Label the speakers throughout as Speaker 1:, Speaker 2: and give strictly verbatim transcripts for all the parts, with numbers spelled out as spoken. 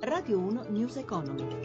Speaker 1: Radio uno News Economy.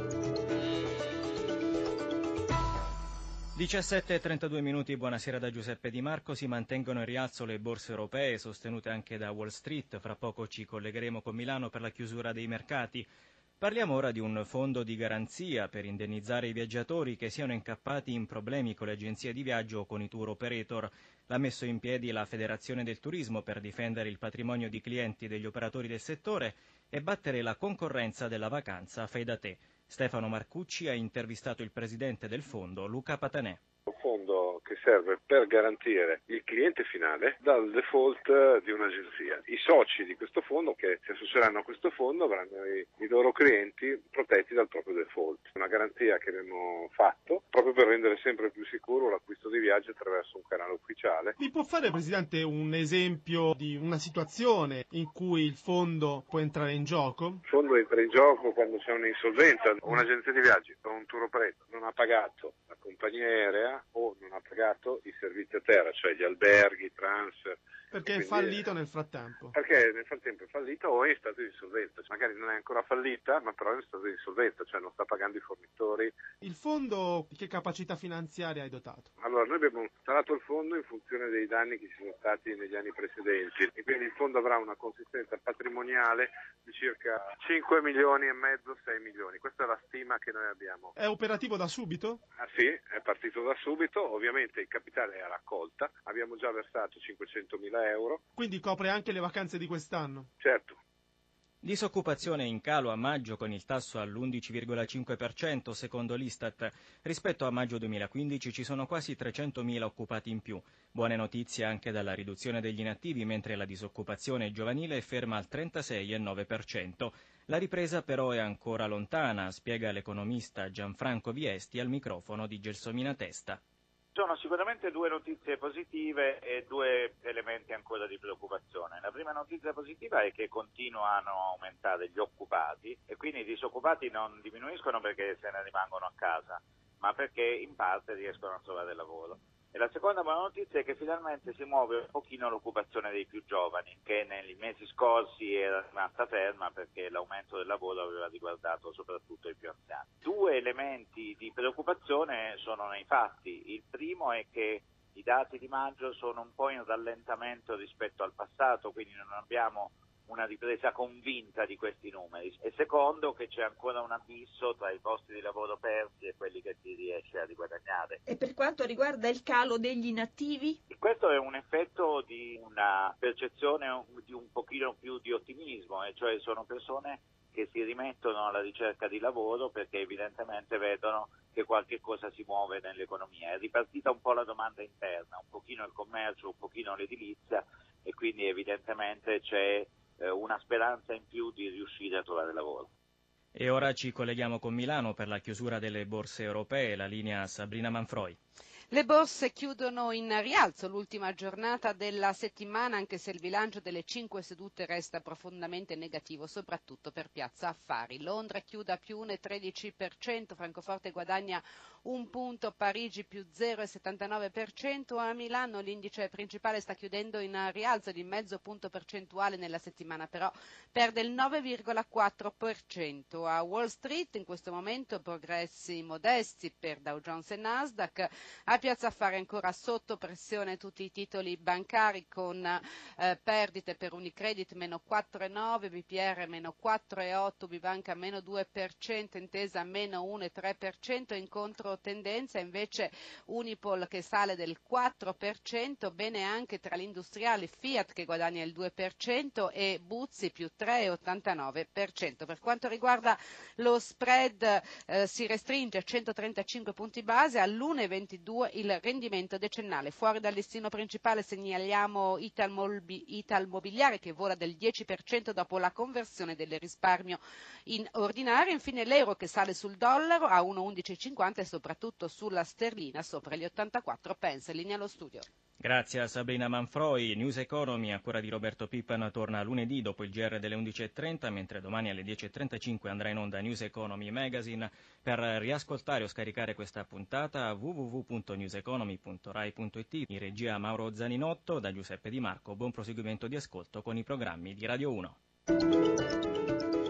Speaker 2: diciassette e trentadue minuti, buonasera da Giuseppe Di Marco. Si mantengono in rialzo le borse europee, sostenute anche da Wall Street. Fra poco ci collegheremo con Milano per la chiusura dei mercati. Parliamo ora di un fondo di garanzia per indennizzare i viaggiatori che siano incappati in problemi con le agenzie di viaggio o con i tour operator. L'ha messo in piedi la Federazione del Turismo per difendere il patrimonio di clienti degli operatori del settore e battere la concorrenza della vacanza fai da te. Stefano Marcucci ha intervistato il presidente del fondo, Luca Patanè.
Speaker 3: Un fondo che serve per garantire il cliente finale dal default di un'agenzia. I soci di questo fondo che si associeranno a questo fondo avranno i, i loro clienti protetti dal proprio default. Una garanzia che abbiamo fatto proprio per rendere sempre più sicuro l'acquisto di viaggi attraverso un canale ufficiale.
Speaker 4: Mi può fare, Presidente, un esempio di una situazione in cui il fondo può entrare in gioco?
Speaker 3: Il fondo entra in gioco quando c'è un'insolvenza. Un'agenzia di viaggi o un tour operator non ha pagato la compagnia aerea o non ha pagato i servizi a terra, cioè gli alberghi, i transfer.
Speaker 4: Perché è fallito nel frattempo.
Speaker 3: Perché nel frattempo è fallito o è in stato di insolvenza. Magari non è ancora fallita, ma però è in stato di insolvenza, cioè non sta pagando i fornitori.
Speaker 4: Il fondo che capacità finanziaria hai dotato?
Speaker 3: Allora, noi abbiamo installato il fondo in funzione dei danni che ci sono stati negli anni precedenti e quindi il fondo avrà una consistenza patrimoniale di circa cinque milioni e mezzo, sei milioni. Questa è la stima che noi abbiamo.
Speaker 4: È operativo da subito?
Speaker 3: Ah sì, è partito da subito. Ovviamente il capitale è a raccolta. Abbiamo già versato cinquecentomila euro.
Speaker 4: Quindi copre anche le vacanze di quest'anno?
Speaker 3: Certo.
Speaker 2: Disoccupazione in calo a maggio con il tasso all'undici virgola cinque per cento secondo l'Istat. Rispetto a maggio duemilaquindici ci sono quasi trecentomila occupati in più. Buone notizie anche dalla riduzione degli inattivi, mentre la disoccupazione giovanile è ferma al trentasei virgola nove per cento. La ripresa però è ancora lontana, spiega l'economista Gianfranco Viesti al microfono di Gelsomina Testa.
Speaker 5: Sono sicuramente due notizie positive e due elementi ancora di preoccupazione. La prima notizia positiva è che continuano a aumentare gli occupati e quindi i disoccupati non diminuiscono perché se ne rimangono a casa, ma perché in parte riescono a trovare lavoro. E la seconda buona notizia è che finalmente si muove un pochino l'occupazione dei più giovani, che negli mesi scorsi era rimasta ferma perché l'aumento del lavoro aveva riguardato soprattutto i più anziani. Due elementi di preoccupazione sono nei fatti. Il primo è che i dati di maggio sono un po' in rallentamento rispetto al passato, quindi non abbiamo una ripresa convinta di questi numeri, e secondo che c'è ancora un abisso tra i posti di lavoro persi e quelli che si riesce a riguadagnare.
Speaker 1: E per quanto riguarda il calo degli inattivi?
Speaker 5: Questo è un effetto di una percezione di un pochino più di ottimismo, e cioè sono persone che si rimettono alla ricerca di lavoro perché evidentemente vedono che qualche cosa si muove nell'economia. È ripartita un po' la domanda interna, un pochino il commercio, un pochino l'edilizia, e quindi evidentemente c'è una speranza in più di riuscire a trovare lavoro.
Speaker 2: E ora ci colleghiamo con Milano per la chiusura delle borse europee, la linea Sabrina Manfroi.
Speaker 6: Le borse chiudono in rialzo l'ultima giornata della settimana, anche se il bilancio delle cinque sedute resta profondamente negativo, soprattutto per Piazza Affari. Londra chiude a più uno virgola tredici per cento, Francoforte guadagna un punto, Parigi più zero virgola settantanove per cento, a Milano l'indice principale sta chiudendo in rialzo di mezzo punto percentuale nella settimana, però perde il nove virgola quattro per cento. A Wall Street in questo momento progressi modesti per Dow Jones e Nasdaq. A Piazza Affari ancora sotto pressione tutti i titoli bancari con eh, perdite per Unicredit meno quattro virgola nove, B P R meno quattro virgola otto, Bibanca meno due per cento, Intesa meno uno virgola tre per cento, in controtendenza invece Unipol che sale del quattro per cento, bene anche tra gli industriali Fiat che guadagna il due per cento e Buzzi più tre virgola ottantanove per cento. Per quanto riguarda lo spread eh, si restringe a centotrentacinque punti base all'uno virgola ventidue il rendimento decennale. Fuori dal listino principale segnaliamo Italmobi, Italmobiliare che vola del dieci per cento dopo la conversione del risparmio in ordinario. Infine l'euro che sale sul dollaro a uno virgola undici cinquanta e soprattutto sulla sterlina sopra gli ottantaquattro pence. Linea allo studio.
Speaker 2: Grazie a Sabrina Manfroi. News Economy a cura di Roberto Pippan torna lunedì dopo il G R delle undici e trenta, mentre domani alle dieci e trentacinque andrà in onda News Economy Magazine. Per riascoltare o scaricare questa puntata w w w punto newseconomy punto rai punto it. In regia Mauro Zaninotto, da Giuseppe Di Marco. Buon proseguimento di ascolto con i programmi di Radio uno.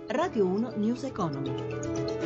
Speaker 1: Radio uno News Economy.